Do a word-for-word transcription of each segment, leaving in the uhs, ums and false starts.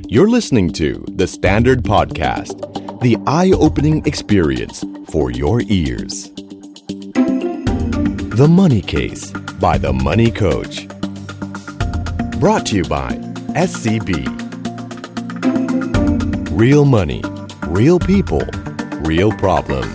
You're listening to The Standard Podcast, the eye-opening experience for your ears. The Money Case by The Money Coach. Brought to you by เอส ซี บี Real Money, Real People, Real Problems.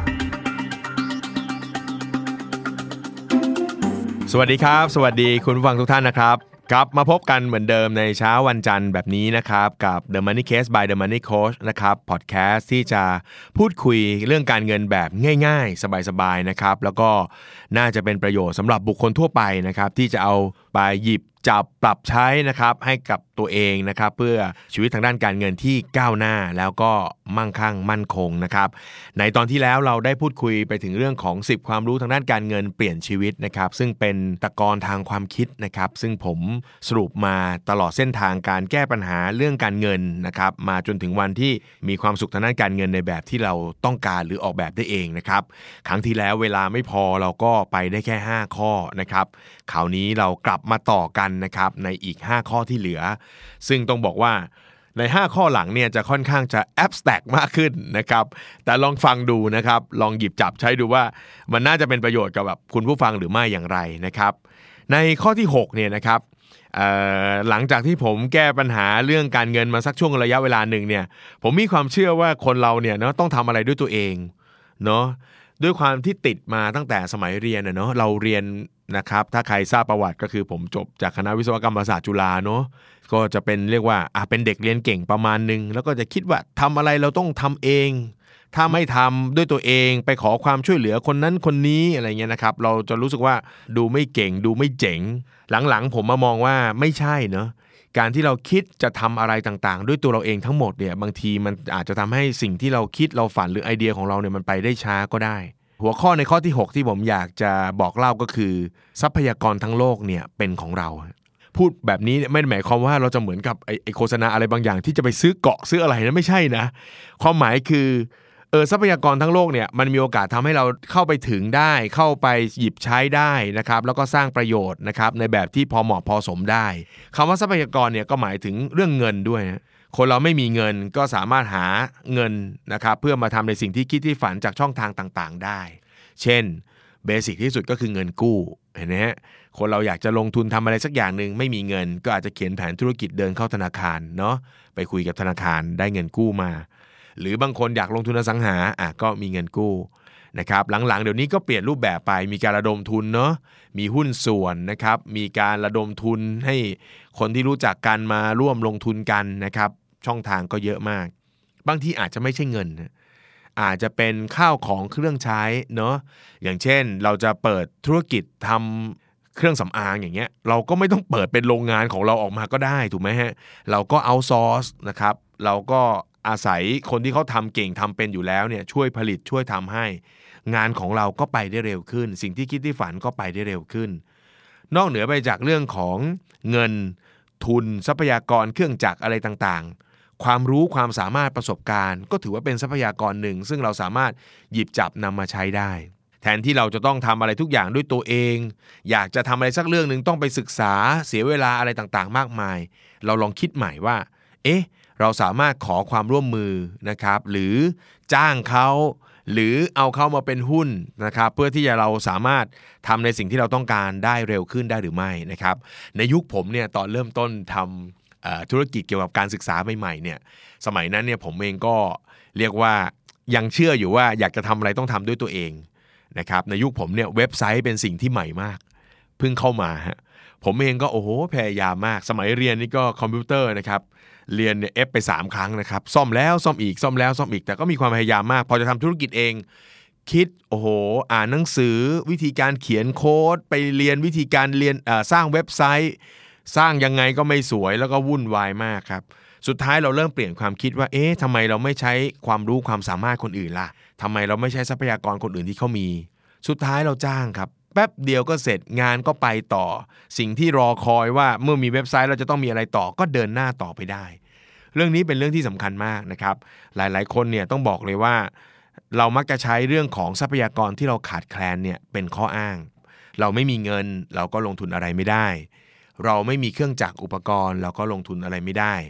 สวัสดีครับสวัสดีคุณผู้ฟังทุกท่านนะครับกลับมาพบกันเหมือนเดิมในเช้าวันจันทร์แบบนี้นะครับกับ The Money Case by The Money Coach นะครับพอดแคสต์ที่จะพูดคุยเรื่องการเงินแบบง่ายๆสบายๆนะครับแล้วก็น่าจะเป็นประโยชน์สำหรับบุคคลทั่วไปนะครับที่จะเอาไปหยิบจับปรับใช้นะครับให้กับตัวเองนะครับเพื่อชีวิตทางด้านการเงินที่ก้าวหน้าแล้วก็มั่งคั่งมั่นคงนะครับในตอนที่แล้วเราได้พูดคุยไปถึงเรื่องของสิบความรู้ทางด้านการเงินเปลี่ยนชีวิตนะครับซึ่งเป็นตะกอนทางความคิดนะครับซึ่งผมสรุปมาตลอดเส้นทางการแก้ปัญหาเรื่องการเงินนะครับมาจนถึงวันที่มีความสุขทางด้านการเงินในแบบที่เราต้องการหรือออกแบบได้เองนะครับครั้งที่แล้วเวลาไม่พอเราก็ไปได้แค่ห้าข้อนะครับคราวนี้เรากลับมาต่อกันนะครับในอีกห้าข้อที่เหลือซึ่งต้องบอกว่าในห้าข้อหลังเนี่ยจะค่อนข้างจะแอบสแต็กมากขึ้นนะครับแต่ลองฟังดูนะครับลองหยิบจับใช้ดูว่ามันน่าจะเป็นประโยชน์กับแบบคุณผู้ฟังหรือไม่อย่างไรนะครับในข้อที่หกเนี่ยนะครับหลังจากที่ผมแก้ปัญหาเรื่องการเงินมาสักช่วงระยะเวลาหนึ่งเนี่ยผมมีความเชื่อว่าคนเราเนี่ยเนาะต้องทำอะไรด้วยตัวเองเนาะด้วยความที่ติดมาตั้งแต่สมัยเรียนเนาะเราเรียนนะครับถ้าใครทราบประวัติก็คือผมจบจากคณะวิศวกรรมศาสตร์จุฬาเนาะก็จะเป็นเรียกว่าอ่ะเป็นเด็กเรียนเก่งประมาณนึงแล้วก็จะคิดว่าทำอะไรเราต้องทำเองถ้าไม่ทำด้วยตัวเองไปขอความช่วยเหลือคนนั้นคนนี้อะไรเงี้ยนะครับเราจะรู้สึกว่าดูไม่เก่งดูไม่เจ๋งหลังๆผมมามองว่าไม่ใช่เนาะการที่เราคิดจะทำอะไรต่างๆด้วยตัวเราเองทั้งหมดเนี่ยบางทีมันอาจจะทำให้สิ่งที่เราคิดเราฝันหรือไอเดียของเราเนี่ยมันไปได้ช้าก็ได้หัวข้อในข้อที่หกที่ผมอยากจะบอกเล่าก็คือทรัพยากรทั้งโลกเนี่ยเป็นของเราพูดแบบนี้ไม่ได้หมายความว่าเราจะเหมือนกับไอ้ไอ้โฆษณาอะไรบางอย่างที่จะไปซื้อเกาะซื้ออะไรนะไม่ใช่นะความหมายคือเออทรัพยากรทั้งโลกเนี่ยมันมีโอกาสทำให้เราเข้าไปถึงได้เข้าไปหยิบใช้ได้นะครับแล้วก็สร้างประโยชน์นะครับในแบบที่พอเหมาะพอสมได้คำว่าทรัพยากรเนี่ยก็หมายถึงเรื่องเงินด้วยนะคนเราไม่มีเงินก็สามารถหาเงินนะครับเพื่อมาทำในสิ่งที่คิดที่ฝันจากช่องทางต่างๆได้เช่นเบสิกที่สุดก็คือเงินกู้เห็นไหมฮะคนเราอยากจะลงทุนทำอะไรสักอย่างนึงไม่มีเงินก็อาจจะเขียนแผนธุรกิจเดินเข้าธนาคารเนาะไปคุยกับธนาคารได้เงินกู้มาหรือบางคนอยากลงทุนอสังหาอ่ะก็มีเงินกู้นะครับหลังๆเดี๋ยวนี้ก็เปลี่ยนรูปแบบไปมีการระดมทุนเนาะมีหุ้นส่วนนะครับมีการระดมทุนให้คนที่รู้จักกันมาร่วมลงทุนกันนะครับช่องทางก็เยอะมากบางทีอาจจะไม่ใช่เงินอาจจะเป็นข้าวของเครื่องใช้เนาะอย่างเช่นเราจะเปิดธุรกิจทำเครื่องสำอางอย่างเงี้ยเราก็ไม่ต้องเปิดเป็นโรงงานของเราออกมาก็ได้ถูกไหมฮะเราก็เอาซอร์สนะครับเราก็อาศัยคนที่เขาทำเก่งทำเป็นอยู่แล้วเนี่ยช่วยผลิตช่วยทำให้งานของเราก็ไปได้เร็วขึ้นสิ่งที่คิดที่ฝันก็ไปได้เร็วขึ้นนอกเหนือไปจากเรื่องของเงินทุนทรัพยากรเครื่องจักรอะไรต่างๆความรู้ความสามารถประสบการณ์ก็ถือว่าเป็นทรัพยากรหนึ่งซึ่งเราสามารถหยิบจับนำมาใช้ได้แทนที่เราจะต้องทำอะไรทุกอย่างด้วยตัวเองอยากจะทำอะไรสักเรื่องนึงต้องไปศึกษาเสียเวลาอะไรต่างๆมากมายเราลองคิดใหม่ว่าเอ๊ะเราสามารถขอความร่วมมือนะครับหรือจ้างเขาหรือเอาเขามาเป็นหุ้นนะครับเพื่อที่จะเราสามารถทำในสิ่งที่เราต้องการได้เร็วขึ้นได้หรือไม่นะครับในยุคผมเนี่ยตอนเริ่มต้นทำธุรกิจเกี่ยวกับการศึกษาใหม่ๆเนี่ยสมัยนั้นเนี่ยผมเองก็เรียกว่ายังเชื่ออยู่ว่าอยากจะทำอะไรต้องทำด้วยตัวเองนะครับในยุคผมเนี่ยเว็บไซต์เป็นสิ่งที่ใหม่มากเพิ่งเข้ามาฮะผมเองก็โอ้โหพยายามมากสมัยเรียนนี่ก็คอมพิวเตอร์นะครับเรียนเนี่ยเอฟไปสามครั้งนะครับซ่อมแล้วซ่อมอีกซ่อมแล้วซ่อมอีกแต่ก็มีความพยายามมากพอจะทำธุรกิจเองคิดโอ้โหอ่านหนังสือวิธีการเขียนโค้ดไปเรียนวิธีการเรียนเอ่อสร้างเว็บไซต์สร้างยังไงก็ไม่สวยแล้วก็วุ่นวายมากครับสุดท้ายเราเริ่มเปลี่ยนความคิดว่าเอ๊ะทำไมเราไม่ใช้ความรู้ความสามารถคนอื่นล่ะทำไมเราไม่ใช้ทรัพยากรคนอื่นที่เขามีสุดท้ายเราจ้างครับแป๊บเดียวก็เสร็จงานก็ไปต่อสิ่งที่รอคอยว่าเมื่อมีเว็บไซต์เราจะต้องมีอะไรต่อก็เดินหน้าต่อไปได้เรื่องนี้เป็นเรื่องที่สำคัญมากนะครับหลายๆคนเนี่ยต้องบอกเลยว่าเรามักจะใช้เรื่องของทรัพยากรที่เราขาดแคลนเนี่ยเป็นข้ออ้างเราไม่มีเงินเราก็ลงทุนอะไรไม่ได้เราไม่มีเครื่องจักรอุปกรณ์เราก็ลงทุนอะไรไม่ได้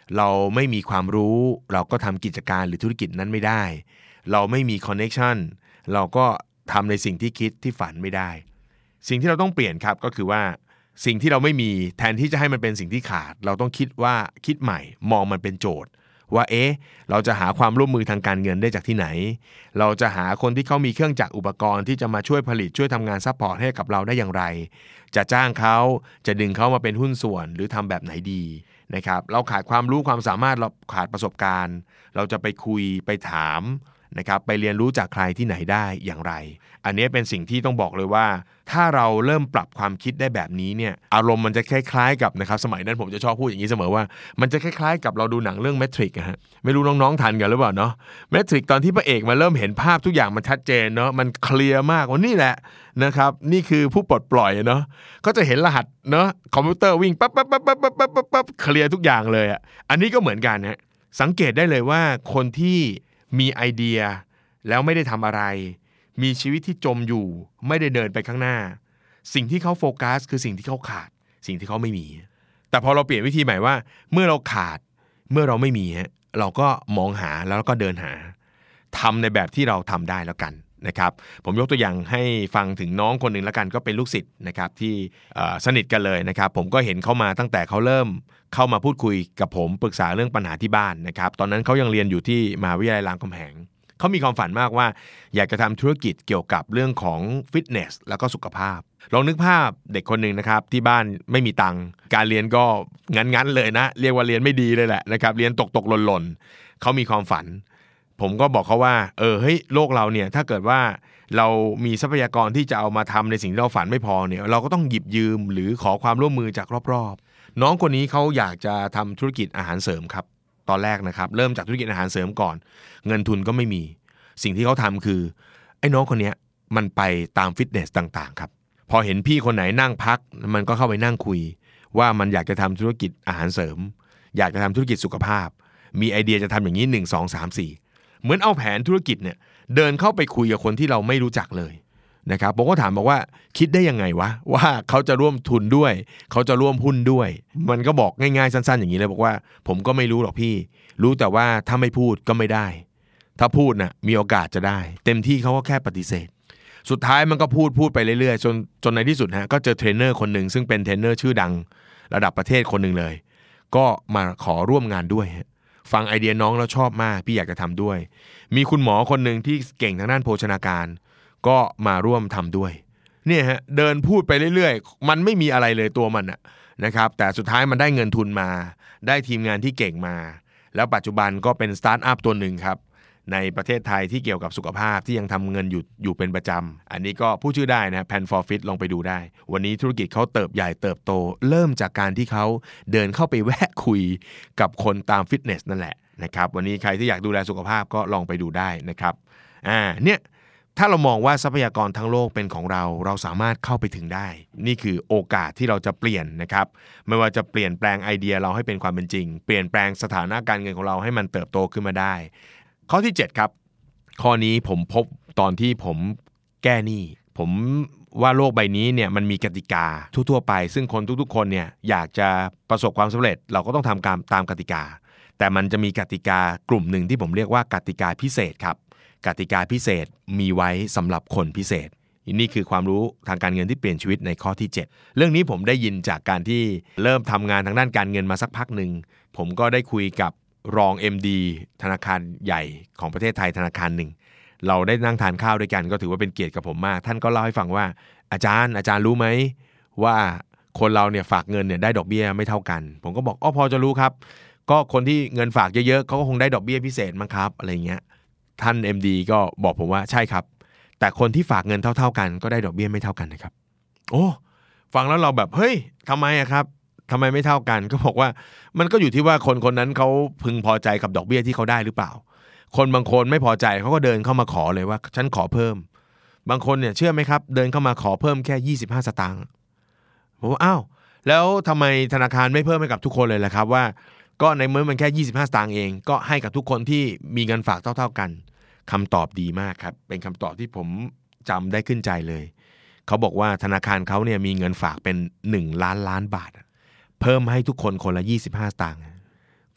เราไม่มีความรู้เราก็ทำกิจการหรือธุรกิจนั้นไม่ได้เราไม่มีคอนเนคชั่นเราก็ทำในสิ่งที่คิดที่ฝันไม่ได้สิ่งที่เราต้องเปลี่ยนครับก็คือว่าสิ่งที่เราไม่มีแทนที่จะให้มันเป็นสิ่งที่ขาดเราต้องคิดว่าคิดใหม่มองมันเป็นโจทย์ว่าเอ๊ะเราจะหาความร่วมมือทางการเงินได้จากที่ไหนเราจะหาคนที่เขามีเครื่องจักรอุปกรณ์ที่จะมาช่วยผลิตช่วยทำงานซัพพอร์ตให้กับเราได้อย่างไรจะจ้างเขาจะดึงเขามาเป็นหุ้นส่วนหรือทำแบบไหนดีนะครับเราขาดความรู้ความสามารถเราขาดประสบการณ์เราจะไปคุยไปถามนะครับไปเรียนรู้จากใครที่ไหนได้อย่างไรอันนี้เป็นสิ่งที่ต้องบอกเลยว่าถ้าเราเริ่มปรับความคิดได้แบบนี้เนี่ยอารมณ์มันจะคล้ายๆกับนะครับสมัยนั้นผมจะชอบพูดอย่างนี้เสมอว่ามันจะคล้ายๆกับเราดูหนังเรื่อง Matrix อะฮะไม่รู้น้องๆทันกันหรือเปล่าเนาะ Matrix ตอนที่พระเอกมาเริ่มเห็นภาพทุกอย่างมันชัดเจนเนาะมันเคลียร์มากว่านี่แหละนะครับนี่คือผู้ปลดปล่อยเนาะก็จะเห็นรหัสเนาะคอมพิวเตอร์วิ่งปั๊บปั๊บปั๊บปั๊บปั๊บปั๊บปั๊บเคลียร์ทุกอย่างเลยอ่ะอันนี้ก็เหมือนกันฮะสังเกตได้เลยว่าคนที่มีไอเดียแล้วไม่ได้ทำอะไรมีชีวิตที่จมอยู่ไม่ได้เดินไปข้างหน้าสิ่งที่เขาโฟกัสคือสิ่งที่เขาขาดสิ่งที่เขาไม่มีแต่พอเราเปลี่ยนวิธีใหม่ว่าเมื่อเราขาดเมื่อเราไม่มีฮะเราก็มองหาแล้วก็เดินหาทำในแบบที่เราทำได้แล้วกันนะครับผมยกตัวอย่างให้ฟังถึงน้องคนหนึ่งแล้วกันก็เป็นลูกศิษย์นะครับที่สนิทกันเลยนะครับผมก็เห็นเขามาตั้งแต่เขาเริ่มเข้ามาพูดคุยกับผมปรึกษาเรื่องปัญหาที่บ้านนะครับตอนนั้นเขายังเรียนอยู่ที่มหาวิทยาลัยรามคำแหงเขามีความฝันมากว่าอยากจะทำธุรกิจเกี่ยวกับเรื่องของฟิตเนสแล้วก็สุขภาพลองนึกภาพเด็กคนหนึ่งนะครับที่บ้านไม่มีตังค์การเรียนก็งั้นๆเลยนะเรียกว่าเรียนไม่ดีเลยแหละนะครับเรียนตกๆหล่นๆเขามีความฝันผมก็บอกเขาว่าเออเฮ้ยโลกเราเนี่ยถ้าเกิดว่าเรามีทรัพยากรที่จะเอามาทำในสิ่งที่เราฝันไม่พอเนี่ยเราก็ต้องหยิบยืมหรือขอความร่วมมือจากรอบๆน้องคนนี้เขาอยากจะทำธุรกิจอาหารเสริมครับตอนแรกนะครับเริ่มจากธุรกิจอาหารเสริมก่อนเงินทุนก็ไม่มีสิ่งที่เขาทำคือไอ้น้องคนนี้มันไปตามฟิตเนสต่างๆครับพอเห็นพี่คนไหนนั่งพักมันก็เข้าไปนั่งคุยว่ามันอยากจะทำธุรกิจอาหารเสริมอยากจะทำธุรกิจสุขภาพมีไอเดียจะทำอย่างนี้หนึ่ง สอง สาม สี่เหมือนเอาแผนธุรกิจเนี่ยเดินเข้าไปคุยกับคนที่เราไม่รู้จักเลยนะครับผมก็ถามบอกว่าคิดได้ยังไงวะว่าเขาจะร่วมทุนด้วยเขาจะร่วมหุ้นด้วยมันก็บอกง่ายๆสั้นๆอย่างนี้เลยบอกว่าผมก็ไม่รู้หรอกพี่รู้แต่ว่าถ้าไม่พูดก็ไม่ได้ถ้าพูดนะมีโอกาสจะได้เต็มที่เขาก็แค่ปฏิเสธสุดท้ายมันก็พูดพูดไปเรื่อยๆจนจนในที่สุดฮะก็เจอเทรนเนอร์คนหนึ่งซึ่งเป็นเทรนเนอร์ชื่อดังระดับประเทศคนหนึ่งเลยก็มาขอร่วมงานด้วยฟังไอเดียน้องแล้วชอบมากพี่อยากจะทำด้วยมีคุณหมอคนหนึ่งที่เก่งทางด้านโภชนาการก็มาร่วมทำด้วยเนี่ยฮะเดินพูดไปเรื่อยๆมันไม่มีอะไรเลยตัวมันอะนะครับแต่สุดท้ายมันได้เงินทุนมาได้ทีมงานที่เก่งมาแล้วปัจจุบันก็เป็นสตาร์ทอัพตัวหนึ่งครับในประเทศไทยที่เกี่ยวกับสุขภาพที่ยังทำเงินอยู่อยู่เป็นประจำอันนี้ก็พูดชื่อได้นะ Plan for Fit ลองไปดูได้วันนี้ธุรกิจเขาเติบใหญ่เติบโตเริ่มจากการที่เขาเดินเข้าไปแวะคุยกับคนตามฟิตเนสนั่นแหละนะครับวันนี้ใครที่อยากดูแลสุขภาพก็ลองไปดูได้นะครับอ่าเนี่ยถ้าเรามองว่าทรัพยากรทั้งโลกเป็นของเราเราสามารถเข้าไปถึงได้นี่คือโอกาสที่เราจะเปลี่ยนนะครับไม่ว่าจะเปลี่ยนแปลงไอเดียเราให้เป็นความเป็นจริงเปลี่ยนแปลงสถานะการเงินของเราให้มันเติบโตขึ้นมาได้ข้อที่เจ็ดครับข้อนี้ผมพบตอนที่ผมแก้หนี้ผมว่าโลกใบนี้เนี่ยมันมีกติกาทั่วๆไปซึ่งคนทุกๆคนเนี่ยอยากจะประสบความสำเร็จเราก็ต้องทำตามตามกติกาแต่มันจะมีกติกากลุ่มหนึ่งที่ผมเรียกว่ากติกาพิเศษครับกติกาพิเศษมีไว้สำหรับคนพิเศษนี่คือความรู้ทางการเงินที่เปลี่ยนชีวิตในข้อที่เจ็ดเรื่องนี้ผมได้ยินจากการที่เริ่มทำงานทางด้านการเงินมาสักพักหนึ่งผมก็ได้คุยกับรอง เอ็ม ดี ธนาคารใหญ่ของประเทศไทยธนาคารหนึ่งเราได้นั่งทานข้าวด้วยกันก็ถือว่าเป็นเกียรติกับผมมากท่านก็เล่าให้ฟังว่าอาจารย์อาจารย์รู้ไหมว่าคนเราเนี่ยฝากเงินเนี่ยได้ดอกเบี้ยไม่เท่ากันผมก็บอกอ๋อพอจะรู้ครับก็คนที่เงินฝากเยอะๆเขาก็คงได้ดอกเบี้ยพิเศษมั้งครับอะไรเงี้ยท่าน เอ็ม ดี ก็บอกผมว่าใช่ครับแต่คนที่ฝากเงินเท่าๆกันก็ได้ดอกเบี้ยไม่เท่ากันนะครับโอ้ฟังแล้วเราแบบเฮ้ยทำไมอะครับทำไมไม่เท่ากันก็บอกว่ามันก็อยู่ที่ว่าคนคนนั้นเขาพึงพอใจกับดอกเบี้ยที่เขาได้หรือเปล่าคนบางคนไม่พอใจเขาก็เดินเข้ามาขอเลยว่าฉันขอเพิ่มบางคนเนี่ยเชื่อไหมครับเดินเข้ามาขอเพิ่มแค่ยี่สิบห้าสตางค์ผมว่าอ้าวแล้วทำไมธนาคารไม่เพิ่มให้กับทุกคนเลยล่ะครับว่าก็ในเมื่อมันแค่ยี่สิบห้าสตางค์เองก็ให้กับทุกคนที่มีเงินฝากเท่าๆกันคำตอบดีมากครับเป็นคำตอบที่ผมจำได้ขึ้นใจเลยเขาบอกว่าธนาคารเขาเนี่ยมีเงินฝากเป็นหนึ่งล้านล้านบาทเพิ่มให้ทุกคนคนละยี่สิบห้าสตางค์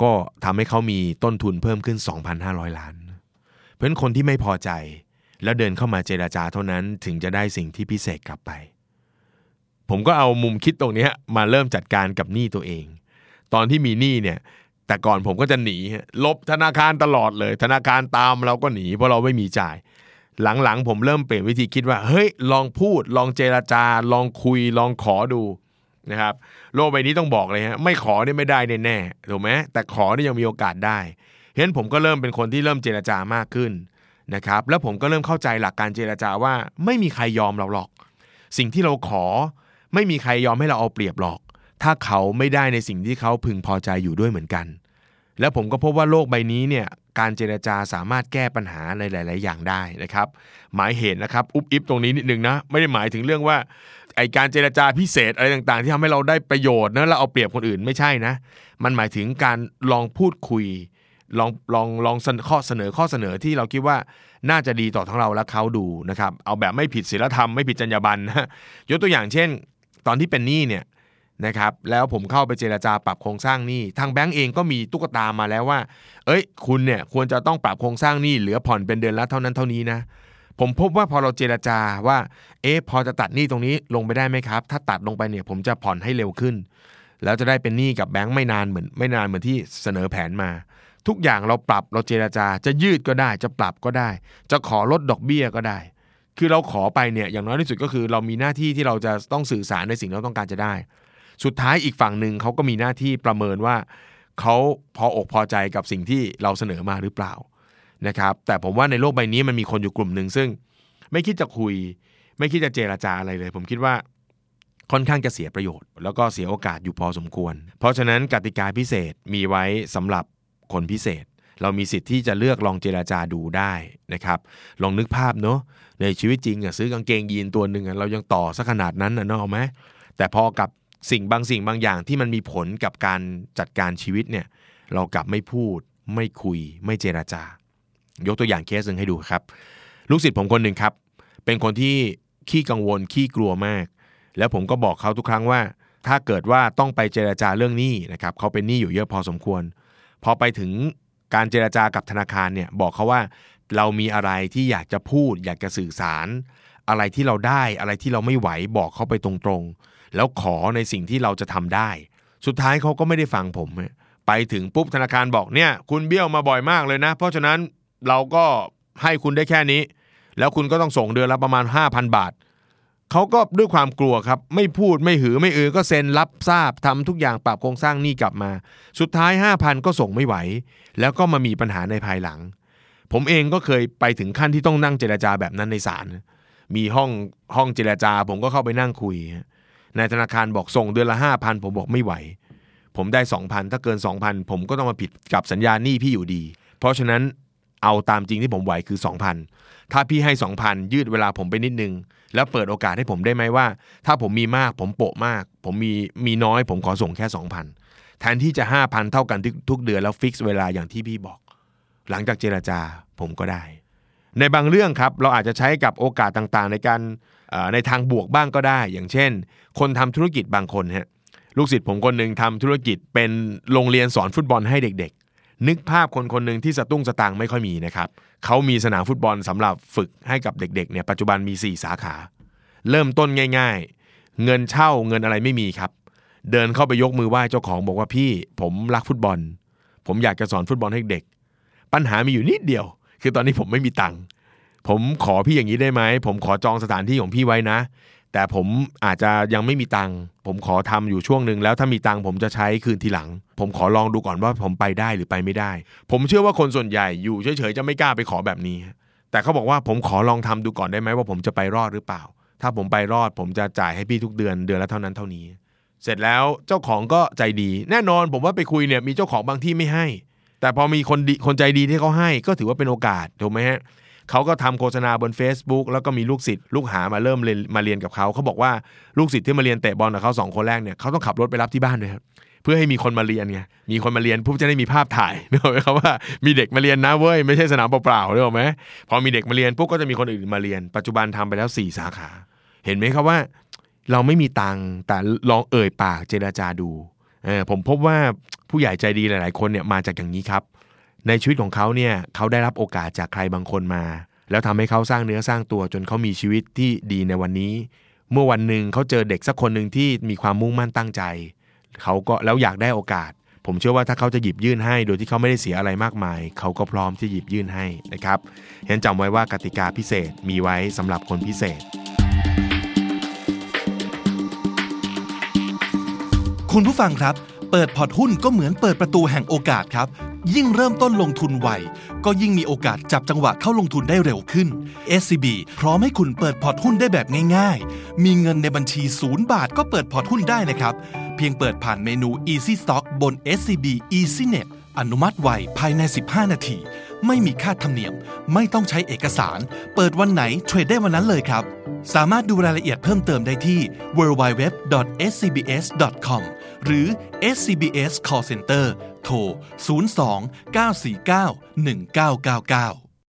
ก็ทำให้เขามีต้นทุนเพิ่มขึ้น สองพันห้าร้อย ล้านเพราะฉะนั้นคนที่ไม่พอใจแล้วเดินเข้ามาเจรจาเท่านั้นถึงจะได้สิ่งที่พิเศษกลับไปผมก็เอามุมคิดตรงนี้มาเริ่มจัดการกับหนี้ตัวเองตอนที่มีหนี้เนี่ยแต่ก่อนผมก็จะหนีลบธนาคารตลอดเลยธนาคารตามเราก็หนีเพราะเราไม่มีจ่ายหลังๆผมเริ่มเปลี่ยนวิธีคิดว่าเฮ้ยลองพูดลองเจรจาลองคุยลองขอดูนะครับโลกใบนี้ต้องบอกเลยฮะไม่ขอนี่ไม่ได้แน่ๆถูกไหมแต่ขอนี่ยังมีโอกาสได้เห็นผมก็เริ่มเป็นคนที่เริ่มเจรจามากขึ้นนะครับแล้วผมก็เริ่มเข้าใจหลักการเจรจาว่าไม่มีใครยอมเราหรอกสิ่งที่เราขอไม่มีใครยอมให้เราเอาเปรียบหรอกถ้าเขาไม่ได้ในสิ่งที่เขาพึงพอใจอยู่ด้วยเหมือนกันแล้วผมก็พบว่าโลกใบนี้เนี่ยการเจรจาสามารถแก้ปัญหาในหลายๆอย่างได้นะครับหมายเหตุนะครับอุบอิบตรงนี้นิดนึงนะไม่ได้หมายถึงเรื่องว่าไอการเจรจาพิเศษอะไรต่างๆที่ทำให้เราได้ประโยชน์นะเราเอาเปรียบคนอื่นไม่ใช่นะมันหมายถึงการลองพูดคุยลองลองลองข้อเสนอข้อเสนอที่เราคิดว่าน่าจะดีต่อทั้งเราและเขาดูนะครับเอาแบบไม่ผิดศีลธรรมไม่ผิดจรรยาบรรณนะยกตัวอย่างเช่นตอนที่เป็นหนี้เนี่ยนะครับแล้วผมเข้าไปเจรจาปรับโครงสร้างหนี้ทางแบงก์เองก็มีตุ๊กตามาแล้วว่าเอ้ยคุณเนี่ยควรจะต้องปรับโครงสร้างหนี้เหลือผ่อนเป็นเดือนละเท่านั้นเท่านี้นะผมพบว่าพอเราเจรจาว่าเอ๊ะพอจะตัดหนี้ตรงนี้ลงไปได้ไหมครับถ้าตัดลงไปเนี่ยผมจะผ่อนให้เร็วขึ้นแล้วจะได้เป็นหนี้กับแบงก์ไม่นานเหมือนไม่นานเหมือนที่เสนอแผนมาทุกอย่างเราปรับเราเจรจาจะยืดก็ได้จะปรับก็ได้จะขอลดดอกเบี้ยก็ได้คือเราขอไปเนี่ยอย่างน้อยที่สุดก็คือเรามีหน้าที่ที่เราจะต้องสื่อสารในสิ่งที่เราต้องการจะได้สุดท้ายอีกฝั่งหนึ่งเขาก็มีหน้าที่ประเมินว่าเขาพออกพอใจกับสิ่งที่เราเสนอมาหรือเปล่านะครับแต่ผมว่าในโลกใบนี้มันมีคนอยู่กลุ่มหนึ่งซึ่งไม่คิดจะคุยไม่คิดจะเจรจาอะไรเลยผมคิดว่าค่อนข้างจะเสียประโยชน์แล้วก็เสียโอกาสอยู่พอสมควรเพราะฉะนั้นกติกาพิเศษมีไว้สำหรับคนพิเศษเรามีสิทธิ์ที่จะเลือกลองเจรจาดูได้นะครับลองนึกภาพเนาะในชีวิตจริงอ่ะซื้อกางเกงยีนตัวนึงอ่ะเรายังต่อซะขนาดนั้นน่ะเนาะเอาไหมแต่พอกับสิ่งบางสิ่งบางอย่างที่มันมีผลกับการจัดการชีวิตเนี่ยเรากลับไม่พูดไม่คุยไม่เจรจายกตัวอย่างเคสนึงให้ดูครับลูกศิษย์ผมคนหนึ่งครับเป็นคนที่ขี้กังวลขี้กลัวมากแล้วผมก็บอกเขาทุกครั้งว่าถ้าเกิดว่าต้องไปเจรจาเรื่องหนี้นะครับเขาเป็นหนี้อยู่เยอะพอสมควรพอไปถึงการเจรจากับธนาคารเนี่ยบอกเขาว่าเรามีอะไรที่อยากจะพูดอยากจะสื่อสารอะไรที่เราได้อะไรที่เราไม่ไหวบอกเขาไปตรงๆแล้วขอในสิ่งที่เราจะทำได้สุดท้ายเขาก็ไม่ได้ฟังผมไปถึงปุ๊บธนาคารบอกเนี่ยคุณเบี้ยวมาบ่อยมากเลยนะเพราะฉะนั้นเราก็ให้คุณได้แค่นี้แล้วคุณก็ต้องส่งเดือนละประมาณ ห้าพัน บาทเขาก็ด้วยความกลัวครับไม่พูดไม่หือไม่อือก็เซ็นรับทราบทำทุกอย่างปรับโครงสร้างหนี้กลับมาสุดท้าย ห้าพัน ก็ส่งไม่ไหวแล้วก็มามีปัญหาในภายหลังผมเองก็เคยไปถึงขั้นที่ต้องนั่งเจรจาแบบนั้นในศาลมีห้องห้องเจรจาผมก็เข้าไปนั่งคุยในธนาคารบอกส่งเดือนละ ห้าพัน ผมบอกไม่ไหวผมได้ สองพัน ถ้าเกิน สองพัน ผมก็ต้องมาผิดกับสัญญาหนี้พี่อยู่ดีเพราะฉะนั้นเอาตามจริงที่ผมไหวคือ สองพัน ถ้าพี่ให้ สองพัน ยืดเวลาผมไปนิดนึงแล้วเปิดโอกาสให้ผมได้ไหมว่าถ้าผมมีมากผมโปะมากผมมีมีน้อยผมขอส่งแค่ สองพัน แทนที่จะ ห้าพัน เท่ากันทุกเดือนแล้วฟิกซ์เวลาอย่างที่พี่บอกหลังจากเจรจาผมก็ได้ในบางเรื่องครับเราอาจจะใช้กับโอกาสต่างๆในการในทางบวกบ้างก็ได้อย่างเช่นคนทำธุรกิจบางคนฮะลูกศิษย์ผมคนนึงทำธุรกิจเป็นโรงเรียนสอนฟุตบอลให้เด็กๆนึกภาพคนคนนึงที่สตุ้งสตางค์ไม่ค่อยมีนะครับเขามีสนามฟุตบอลสำหรับฝึกให้กับเด็กๆเนี่ยปัจจุบันมีสี่สาขาเริ่มต้นง่ายๆเงินเช่าเงินอะไรไม่มีครับเดินเข้าไปยกมือไหว้เจ้าของบอกว่าพี่ผมรักฟุตบอลผมอยากจะสอนฟุตบอลให้เด็กปัญหามีอยู่นิดเดียวคือตอนนี้ผมไม่มีตังค์ผมขอพี่อย่างนี้ได้ไหมผมขอจองสถานที่ของพี่ไว้นะแต่ผมอาจจะยังไม่มีตังค์ผมขอทำอยู่ช่วงนึงแล้วถ้ามีตังค์ผมจะใช้คืนทีหลังผมขอลองดูก่อนว่าผมไปได้หรือไปไม่ได้ผมเชื่อว่าคนส่วนใหญ่อยู่เฉยๆจะไม่กล้าไปขอแบบนี้แต่เขาบอกว่าผมขอลองทำดูก่อนได้ไหมว่าผมจะไปรอดหรือเปล่าถ้าผมไปรอดผมจะจ่ายให้พี่ทุกเดือนเดือนละเท่านั้นเท่านี้เสร็จแล้วเจ้าของก็ใจดีแน่นอนผมว่าไปคุยเนี่ยมีเจ้าของบางที่ไม่ให้แต่พอมีคนดีคนใจดีที่เขาให้ก็ถือว่าเป็นโอกาสถูกไหมฮะเขาก็ทำโฆษณาบน Facebook แล้วก็มีลูกศิษย์ลูกหามาเริ่มเรียนมาเรียนกับเขาเขาบอกว่าลูกศิษย์ที่มาเรียนเตะบอลกับเขาสองคนแรกเนี่ยเขาต้องขับรถไปรับที่บ้านด้วยครับเพื่อให้มีคนมาเรียนไงมีคนมาเรียนปุ๊บจะได้มีภาพถ่ายนึกออกไหมครับว่ามีเด็กมาเรียนนะเว้ยไม่ใช่สนามเปล่าๆนึกออกไหมพอมีเด็กมาเรียนปุ๊บก็จะมีคนอื่นมาเรียนปัจจุบันทำไปแล้วสี่สาขาเห็นไหมครับว่าเราไม่มีตังค์แต่ลองเอ่ยปากเจรจาดูเออผมพบว่าผู้ใหญ่ใจดีหลายๆคนเนี่ยมาจากอย่างนี้ครับในชีวิตของเขาเนี่ยเขาได้รับโอกาสจากใครบางคนมาแล้วทำให้เขาสร้างเนื้อสร้างตัวจนเขามีชีวิตที่ดีในวันนี้เมื่อวันหนึ่งเขาเจอเด็กสักคนหนึ่งที่มีความมุ่งมั่นตั้งใจเขาก็แล้วอยากได้โอกาสผมเชื่อว่าถ้าเขาจะหยิบยื่นให้โดยที่เขาไม่ได้เสียอะไรมากมายเขาก็พร้อมที่หยิบยื่นให้นะครับฉะนั้นจำไว้ว่ากติกาพิเศษมีไว้สำหรับคนพิเศษคุณผู้ฟังครับเปิดพอร์ตหุ้นก็เหมือนเปิดประตูแห่งโอกาสครับยิ่งเริ่มต้นลงทุนไวก็ยิ่งมีโอกาสจับจังหวะเข้าลงทุนได้เร็วขึ้น เอส ซี บี พร้อมให้คุณเปิดพอร์ตหุ้นได้แบบง่ายๆมีเงินในบัญชีศูนย์บาทก็เปิดพอร์ตหุ้นได้นะครับเพียงเปิดผ่านเมนู Easy Stock บน เอส ซี บี EasyNet อนุมัติไวภายในสิบห้านาทีไม่มีค่าธรรมเนียมไม่ต้องใช้เอกสารเปิดวันไหนเทรดได้วันนั้นเลยครับสามารถดูรายละเอียดเพิ่มเติมได้ที่ ดับเบิลยู ดับเบิลยู ดับเบิลยู ดอท เอส ซี บี เอส ดอท คอม หรือ เอส ซี บี เอส Call Center โทร ศูนย์ สอง เก้า สี่ เก้า หนึ่ง เก้า เก้า เก้า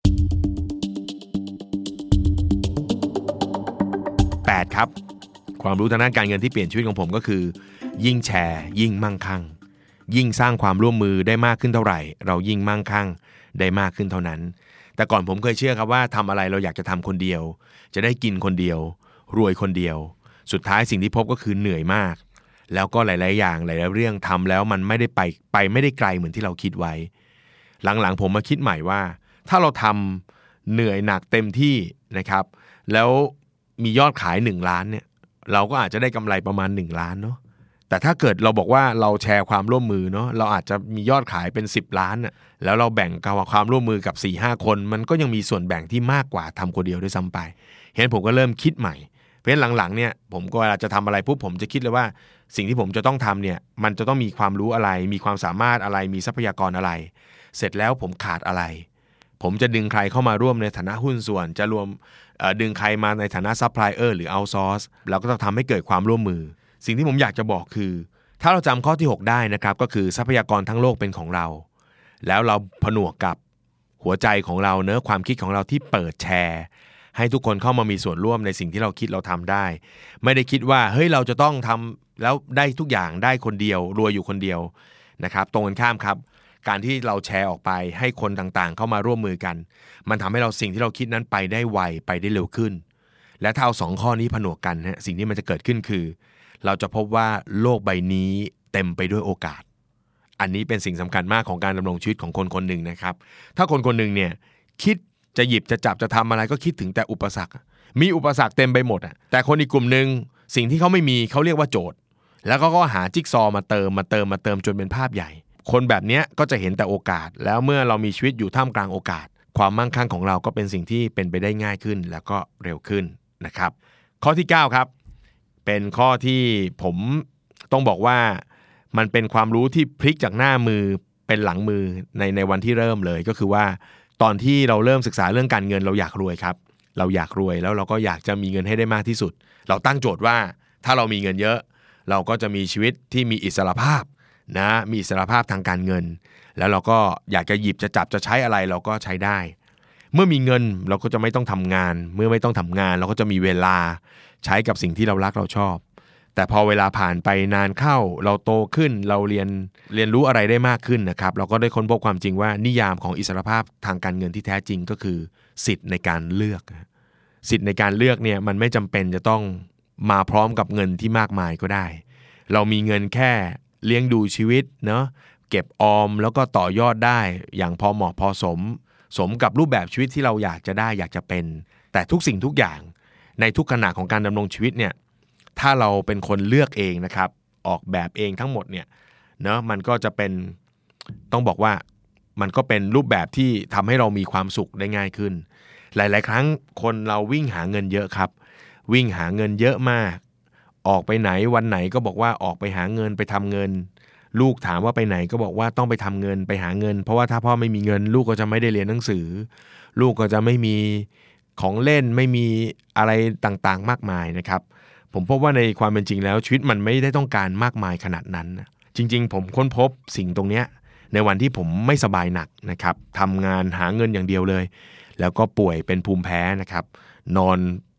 แปดครับความรู้ทางด้านการเงินที่เปลี่ยนชีวิตของผมก็คือยิ่งแชร์ยิ่งมั่งคั่งยิ่งสร้างความร่วมมือได้มากขึ้นเท่าไหร่เรายิ่งมั่งคั่งได้มากขึ้นเท่านั้นแต่ก่อนผมเคยเชื่อครับว่าทำอะไรเราอยากจะทำคนเดียวจะได้กินคนเดียวรวยคนเดียวสุดท้ายสิ่งที่พบก็คือเหนื่อยมากแล้วก็หลายๆอย่างหลายๆเรื่องทำแล้วมันไม่ได้ไปไปไม่ได้ไกลเหมือนที่เราคิดไว้หลังๆผมมาคิดใหม่ว่าถ้าเราทำเหนื่อยหนักเต็มที่นะครับแล้วมียอดขายหนึ่งล้านเนี่ยเราก็อาจจะได้กำไรประมาณหนึ่งล้านเนาะแต่ถ้าเกิดเราบอกว่าเราแชร์ความร่วมมือเนาะเราอาจจะมียอดขายเป็นสิบล้านน่ะแล้วเราแบ่งความร่วมมือกับ สี่ห้า คนมันก็ยังมีส่วนแบ่งที่มากกว่าทำคนเดียวด้วยซ้ำไปเห็นผมก็เริ่มคิดใหม่เพราะฉะนั้นหลังๆเนี่ยผมก็เวลาจะทำอะไรปุ๊บผมจะคิดเลยว่าสิ่งที่ผมจะต้องทำเนี่ยมันจะต้องมีความรู้อะไรมีความสามารถอะไรมีทรัพยากรอะไรเสร็จแล้วผมขาดอะไรผมจะดึงใครเข้ามาร่วมในฐานะหุ้นส่วนจะรวมดึงใครมาในฐานะซัพพลายเออร์หรือเอาท์ซอร์สแล้วก็ต้องทำให้เกิดความร่วมมือสิ่งที่ผมอยากจะบอกคือถ้าเราจำข้อที่หกได้นะครับก็คือทรัพยากรทั้งโลกเป็นของเราแล้วเราผนวกกับหัวใจของเราเนอะความคิดของเราที่เปิดแชร์ให้ทุกคนเข้ามามีส่วนร่วมในสิ่งที่เราคิดเราทำได้ไม่ได้คิดว่าเฮ้ยเราจะต้องทำแล้วได้ทุกอย่างได้คนเดียวรวยอยู่คนเดียวนะครับตรงกันข้ามครับการที่เราแชร์ออกไปให้คนต่างๆเข้ามาร่วมมือกันมันทำให้เราสิ่งที่เราคิดนั้นไปได้ไวไปได้เร็วขึ้นและถ้าเอาสองข้อนี้ผนวกกันฮะสิ่งที่มันจะเกิดขึ้นคือเราจะพบว่าโลกใบนี้เต็มไปด้วยโอกาสอันนี้เป็นสิ่งสำคัญมากของการดำรงชีวิตของคนคนหนึ่งนะครับถ้าคนคนหนึ่งเนี่ยคิดจะหยิบจะจับจะทำอะไรก็คิดถึงแต่อุปสรรคมีอุปสรรคเต็มไปหมดอ่ะแต่คนอีกกลุ่มนึงสิ่งที่เขาไม่มีเขาเรียกว่าโจทย์แล้วก็ก็หาจิ๊กซอว์มาเติมมาเติมมาเติมจนเป็นภาพใหญ่คนแบบนี้ก็จะเห็นแต่โอกาสแล้วเมื่อเรามีชีวิตอยู่ท่ามกลางโอกาสความมั่งคั่งของเราก็เป็นสิ่งที่เป็นไปได้ง่ายขึ้นแล้วก็เร็วขึ้นนะครับข้อที่เก้าครับเป็นข้อที่ผมต้องบอกว่ามันเป็นความรู้ที่พลิกจากหน้ามือเป็นหลังมือในในวันที่เริ่มเลยก็คือว่าตอนที่เราเริ่มศึกษาเรื่องการเงินเราอยากรวยครับเราอยากรวยแล้วเราก็อยากจะมีเงินให้ได้มากที่สุดเราตั้งโจทย์ว่าถ้าเรามีเงินเยอะเราก็จะมีชีวิตที่มีอิสรภาพนะมีอิสรภาพทางการเงินแล้วเราก็อยากจะหยิบจะจับจะใช้อะไรเราก็ใช้ได้เมื่อมีเงินเราก็จะไม่ต้องทำงานเมื่อไม่ต้องทำงานเราก็จะมีเวลาใช้กับสิ่งที่เรารักเราชอบแต่พอเวลาผ่านไปนานเข้าเราโตขึ้นเราเรียนเรียนรู้อะไรได้มากขึ้นนะครับเราก็ได้ค้นพบความจริงว่านิยามของอิสรภาพทางการเงินที่แท้จริงก็คือสิทธิ์ในการเลือกสิทธิ์ในการเลือกเนี่ยมันไม่จำเป็นจะต้องมาพร้อมกับเงินที่มากมายก็ได้เรามีเงินแค่เลี้ยงดูชีวิตเนาะเก็บออมแล้วก็ต่อยอดได้อย่างพอเหมาะพอสมสมกับรูปแบบชีวิตที่เราอยากจะได้อยากจะเป็นแต่ทุกสิ่งทุกอย่างในทุกขณะของการดำรงชีวิตเนี่ยถ้าเราเป็นคนเลือกเองนะครับออกแบบเองทั้งหมดเนี่ยเนาะมันก็จะเป็นต้องบอกว่ามันก็เป็นรูปแบบที่ทำให้เรามีความสุขได้ง่ายขึ้นหลายๆครั้งคนเราวิ่งหาเงินเยอะครับวิ่งหาเงินเยอะมากออกไปไหนวันไหนก็บอกว่าออกไปหาเงินไปทำเงินลูกถามว่าไปไหนก็บอกว่าต้องไปทำเงินไปหาเงินเพราะว่าถ้าพ่อไม่มีเงินลูกก็จะไม่ได้เรียนหนังสือลูกก็จะไม่มีของเล่นไม่มีอะไรต่างๆมากมายนะครับผมพบว่าในความเป็นจริงแล้วชีวิตมันไม่ได้ต้องการมากมายขนาดนั้นจริงๆผมค้นพบสิ่งตรงเนี้ยในวันที่ผมไม่สบายหนักนะครับทำงานหาเงินอย่างเดียวเลยแล้วก็ป่วยเป็นภูมิแพ้นะครับนอน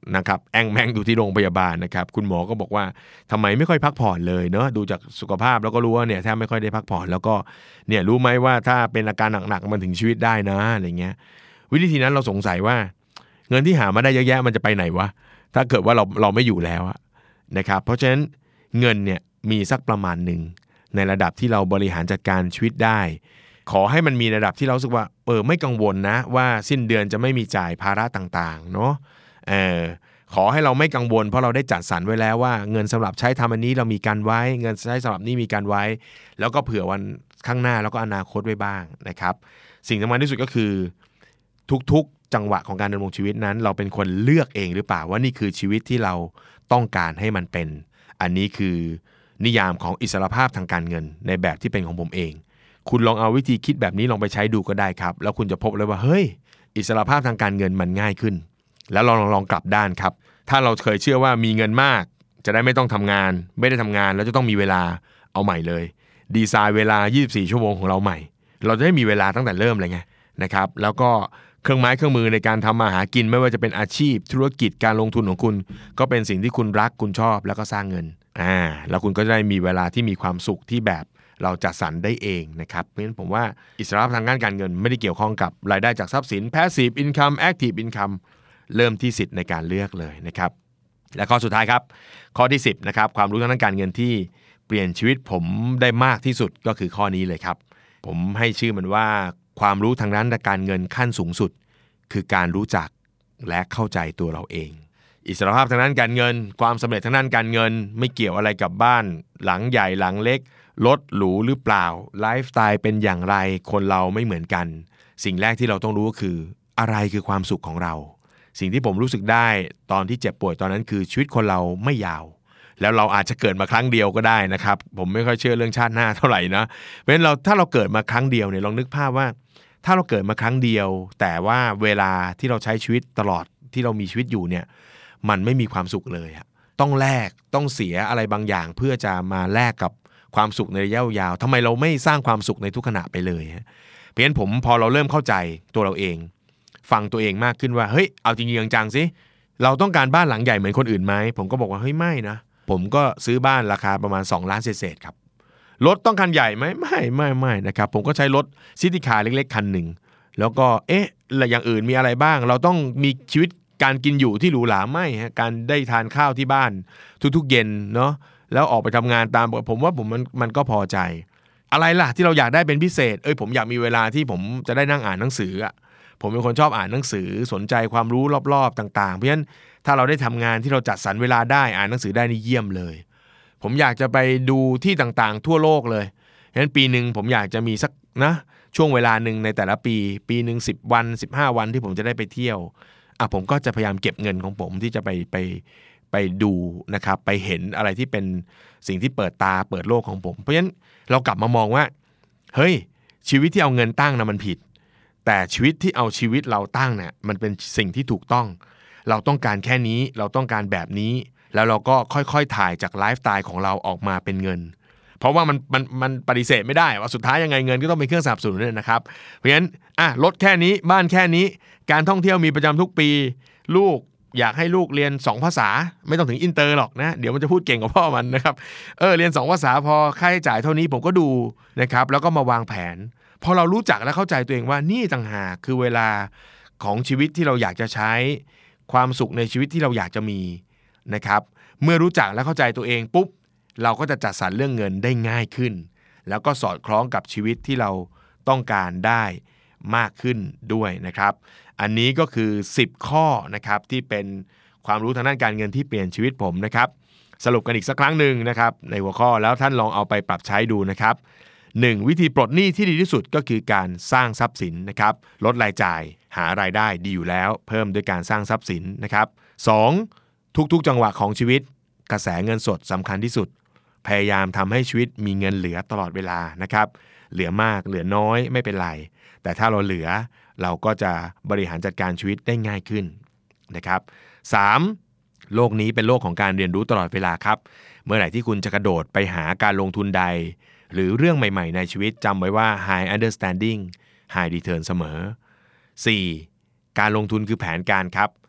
นะครับแองแมงอยู่ที่โรงพยาบาลนะครับคุณหมอก็บอกว่าทำไมไม่ค่อยพักผ่อนเลยเนาะดูจากสุขภาพแล้วก็รู้ว่าเนี่ยแทบไม่ค่อยได้พักผ่อนแล้วก็เนี่ยรู้ไหมว่าถ้าเป็นอาการหนักๆมันถึงชีวิตได้นะอะไรเงี้ยวิธีนั้นเราสงสัยว่าเงินที่หามาได้เยอะแยะมันจะไปไหนวะถ้าเกิดว่าเราเราไม่อยู่แล้วนะครับเพราะฉะนั้นเงินเนี่ยมีสักประมาณหนึ่งในระดับที่เราบริหารจัดการชีวิตได้ขอให้มันมีระดับที่เรารู้สึกว่าเออไม่กังวลนะว่าสิ้นเดือนจะไม่มีจ่ายภาระต่างๆเนาะเออขอให้เราไม่กังวลเพราะเราได้จัดสรรไว้แล้วว่าเงินสำหรับใช้ทำอันนี้เรามีการไว้เงินใช้สำหรับนี้มีการไว้แล้วก็เผื่อวันข้างหน้าแล้วก็อนาคตไว้บ้างนะครับสิ่งสำคัญที่สุดก็คือทุกๆจังหวะของการดำรงชีวิตนั้นเราเป็นคนเลือกเองหรือเปล่าว่านี่คือชีวิตที่เราต้องการให้มันเป็นอันนี้คือนิยามของอิสรภาพทางการเงินในแบบที่เป็นของผมเองคุณลองเอาวิธีคิดแบบนี้ลองไปใช้ดูก็ได้ครับแล้วคุณจะพบเลยว่าเฮ้ยอิสรภาพทางการเงินมันง่ายขึ้นแล้วลองลองกลับด้านครับถ้าเราเคยเชื่อว่ามีเงินมากจะได้ไม่ต้องทำงานไม่ได้ทำงานแล้วจะต้องมีเวลาเอาใหม่เลยดีไซน์เวลายี่สิบสี่ชั่วโมงของเราใหม่เราจะได้มีเวลาตั้งแต่เริ่มเลยไงนะครับแล้วก็เครื่องไม้เครื่องมือในการทำมาหากินไม่ว่าจะเป็นอาชีพธุรกิจการลงทุนของคุณก็เป็นสิ่งที่คุณรักคุณชอบแล้วก็สร้างเงินอ่าแล้วคุณก็จะได้มีเวลาที่มีความสุขที่แบบเราจัดสรรได้เองนะครับเพราะฉะนั้นผมว่าอิสรภาพทางด้านการเงินไม่ได้เกี่ยวข้องกับรายได้จากทรัพย์สิน Passive Income Active Income เริ่มที่สิทธิ์ในการเลือกเลยนะครับและข้อสุดท้ายครับข้อที่สิบนะครับความรู้ทางด้านการเงินที่เปลี่ยนชีวิตผมได้มากที่สุดก็คือข้อนี้เลยครับผมให้ชื่อมันว่าความรู้ทางด้านการเงินขั้นสูงสุดคือการรู้จักและเข้าใจตัวเราเองอิสรภาพทางด้านการเงินความสำเร็จทางด้านการเงินไม่เกี่ยวอะไรกับบ้านหลังใหญ่หลังเล็กรถหรูหรือเปล่าไลฟ์สไตล์เป็นอย่างไรคนเราไม่เหมือนกันสิ่งแรกที่เราต้องรู้ก็คืออะไรคือความสุขของเราสิ่งที่ผมรู้สึกได้ตอนที่เจ็บป่วยตอนนั้นคือชีวิตคนเราไม่ยาวแล้วเราอาจจะเกิดมาครั้งเดียวก็ได้นะครับผมไม่ค่อยเชื่อเรื่องชาติหน้าเท่าไหร่นะเพราะฉะนั้นเราถ้าเราเกิดมาครั้งเดียวเนี่ยลองนึกภาพว่าถ้าเราเกิดมาครั้งเดียวแต่ว่าเวลาที่เราใช้ชีวิตตลอดที่เรามีชีวิตอยู่เนี่ยมันไม่มีความสุขเลยต้องแลกต้องเสียอะไรบางอย่างเพื่อจะมาแลกกับความสุขในระยะยาวทำไมเราไม่สร้างความสุขในทุกขณะไปเลยเพราะฉะนั้นผมพอเราเริ่มเข้าใจตัวเราเองฟังตัวเองมากขึ้นว่าเฮ้ยเอาจริงๆจังๆสิเราต้องการบ้านหลังใหญ่เหมือนคนอื่นไหมผมก็บอกว่าเฮ้ยไม่นะผมก็ซื้อบ้านราคาประมาณสองล้านเศษๆครับรถต้องคันใหญ่ไหมไม่ไม่ไม่นะครับผมก็ใช้รถซิตี้คาร์เล็กๆคันหนึ่งแล้วก็เอ๊ะแล้วอย่างอื่นมีอะไรบ้างเราต้องมีชีวิตการกินอยู่ที่หรูหราไม่ฮะการได้ทานข้าวที่บ้านทุกๆเย็นเนาะแล้วออกไปทำงานตามผมว่าผมมันมันก็พอใจอะไรล่ะที่เราอยากได้เป็นพิเศษเอ้ยผมอยากมีเวลาที่ผมจะได้นั่งอ่านหนังสืออ่ะผมเป็นคนชอบอ่านหนังสือสนใจความรู้รอบๆต่างๆเพราะฉะนั้นถ้าเราได้ทำงานที่เราจัดสรรเวลาได้อ่านหนังสือได้นี่เยี่ยมเลยผมอยากจะไปดูที่ต่างๆทั่วโลกเลยฉะนั้นปีนึงผมอยากจะมีสักนะช่วงเวลานึงในแต่ละปีปีนึงสิบวันสิบห้าวันที่ผมจะได้ไปเที่ยวอ่ะผมก็จะพยายามเก็บเงินของผมที่จะไปไปไปดูนะครับไปเห็นอะไรที่เป็นสิ่งที่เปิดตาเปิดโลกของผมเพราะฉะนั้นเรากลับมามองว่าเฮ้ยชีวิตที่เอาเงินตั้งนะมันผิดแต่ชีวิตที่เอาชีวิตเราตั้งเนี่ยมันเป็นสิ่งที่ถูกต้องเราต้องการแค่นี้เราต้องการแบบนี้แล้วเราก็ค่อยๆถ่ายจากไลฟ์สไตล์ของเราออกมาเป็นเงินเพราะว่ามันมันมันปฏิเสธไม่ได้ว่าสุดท้ายยังไงเงินก็ต้องเป็นเครื่องสนับสนุนเนี่ยนะครับเพราะฉะนั้นอ่ะรถแค่นี้บ้านแค่นี้การท่องเที่ยวมีประจำทุกปีลูกอยากให้ลูกเรียนสองภาษาไม่ต้องถึงอินเตอร์หรอกนะเดี๋ยวมันจะพูดเก่งกว่าพ่อมันนะครับเออเรียนสองภาษาพอค่าใช้จ่ายเท่านี้ผมก็ดูนะครับแล้วก็มาวางแผนพอเรารู้จักและเข้าใจตัวเองว่านี่ต่างหากคือเวลาของชีวิตที่เราอยากจะใช้ความสุขในชีวิตที่เราอยากจะมีนะครับเมื่อรู้จักและเข้าใจตัวเองปุ๊บเราก็จะจัดสรรเรื่องเงินได้ง่ายขึ้นแล้วก็สอดคล้องกับชีวิตที่เราต้องการได้มากขึ้นด้วยนะครับอันนี้ก็คือสิบข้อนะครับที่เป็นความรู้ทางด้านการเงินที่เปลี่ยนชีวิตผมนะครับสรุปกันอีกสักครั้งนึงนะครับในหัวข้อแล้วท่านลองเอาไปปรับใช้ดูนะครับหนึ่งวิธีปลดหนี้ที่ดีที่สุดก็คือการสร้างทรัพย์สินนะครับลดรายจ่ายหารายได้ดีอยู่แล้วเพิ่มด้วยการสร้างทรัพย์สินนะครับสองทุกๆจังหวะของชีวิตกระแสเงินสดสำคัญที่สุดพยายามทำให้ชีวิตมีเงินเหลือตลอดเวลานะครับเหลือมากเหลือน้อยไม่เป็นไรแต่ถ้าเราเหลือเราก็จะบริหารจัดการชีวิตได้ง่ายขึ้นนะครับสามโลกนี้เป็นโลกของการเรียนรู้ตลอดเวลาครับเมื่อไหร่ที่คุณจะกระโดดไปหาการลงทุนใดหรือเรื่องใหม่ๆในชีวิตจำไว้ว่า high understanding high return เสมอสี่การลงทุนคือแผนการครับ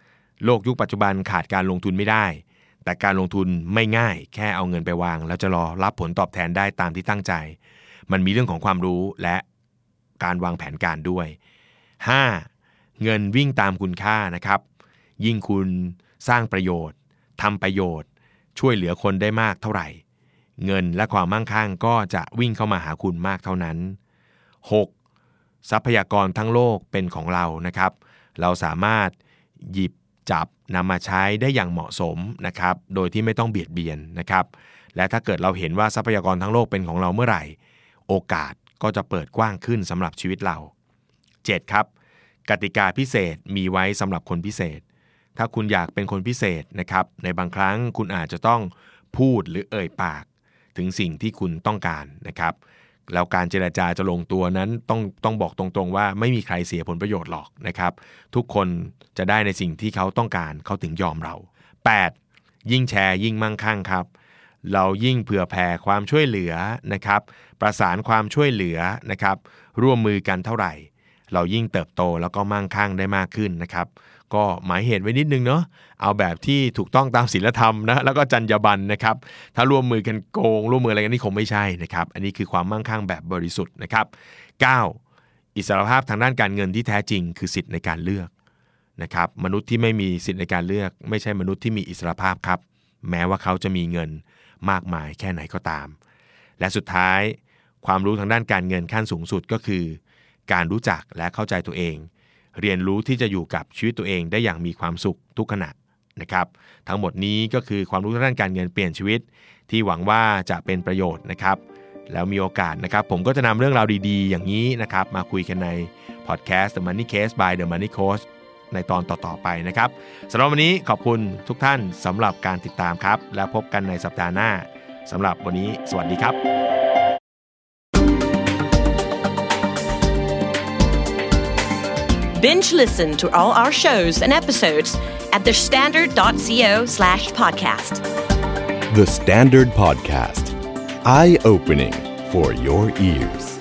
โลกยุคปัจจุบันขาดการลงทุนไม่ได้แต่การลงทุนไม่ง่ายแค่เอาเงินไปวางแล้วจะรอรับผลตอบแทนได้ตามที่ตั้งใจมันมีเรื่องของความรู้และการวางแผนการด้วยห้าเงินวิ่งตามคุณค่านะครับยิ่งคุณสร้างประโยชน์ทำประโยชน์ช่วยเหลือคนได้มากเท่าไหร่เงินและความมั่งคั่งก็จะวิ่งเข้ามาหาคุณมากเท่านั้นหกทรัพยากรทั้งโลกเป็นของเรานะครับเราสามารถหยิบจับนำมาใช้ได้อย่างเหมาะสมนะครับโดยที่ไม่ต้องเบียดเบียนนะครับและถ้าเกิดเราเห็นว่าทรัพยากรทั้งโลกเป็นของเราเมื่อไหร่โอกาสก็จะเปิดกว้างขึ้นสำหรับชีวิตเราเจ็ดครับกติกาพิเศษมีไว้สำหรับคนพิเศษถ้าคุณอยากเป็นคนพิเศษนะครับในบางครั้งคุณอาจจะต้องพูดหรือเอ่ยปากถึงสิ่งที่คุณต้องการนะครับแล้วการเจรจาจะลงตัวนั้นต้องต้องบอกตรงๆว่าไม่มีใครเสียผลประโยชน์หรอกนะครับทุกคนจะได้ในสิ่งที่เขาต้องการเขาถึงยอมเราแปดยิ่งแชร์ยิ่งมั่งคั่งครับเรายิ่งเผื่อแผ่ความช่วยเหลือนะครับประสานความช่วยเหลือนะครับร่วมมือกันเท่าไหร่เรายิ่งเติบโตแล้วก็มั่งคั่งได้มากขึ้นนะครับก็หมายเหตุไว้นิดนึงเนาะเอาแบบที่ถูกต้องตามศีลธรรมนะแล้วก็จรรยาบรรณนะครับถ้าร่วมมือกันโกงร่วมมืออะไรกันนี่คงไม่ใช่นะครับอันนี้คือความมั่งคั่งแบบบริสุทธิ์นะครับเก้าอิสรภาพทางด้านการเงินที่แท้จริงคือสิทธิ์ในการเลือกนะครับมนุษย์ที่ไม่มีสิทธิ์ในการเลือกไม่ใช่มนุษย์ที่มีอิสรภาพครับแม้ว่าเขาจะมีเงินมากมายแค่ไหนก็ตามและสุดท้ายความรู้ทางด้านการเงินขั้นสูงสุดก็คือการรู้จักและเข้าใจตัวเองเรียนรู้ที่จะอยู่กับชีวิตตัวเองได้อย่างมีความสุขทุกขณะนะครับทั้งหมดนี้ก็คือความรู้ทางด้านการเงินเปลี่ยนชีวิตที่หวังว่าจะเป็นประโยชน์นะครับแล้วมีโอกาสนะครับผมก็จะนำเรื่องราวดีๆอย่างนี้นะครับมาคุยกันในพอดแคสต์ The Money Case by The Money Coach ในตอนต่อๆไปนะครับสำหรับวันนี้ขอบคุณทุกท่านสำหรับการติดตามครับแล้วพบกันในสัปดาห์หน้าสำหรับวันนี้สวัสดีครับ Binge listen to all our shows and episodes at the standard dot co slash podcast. The Standard Podcast. Eye-opening for your ears.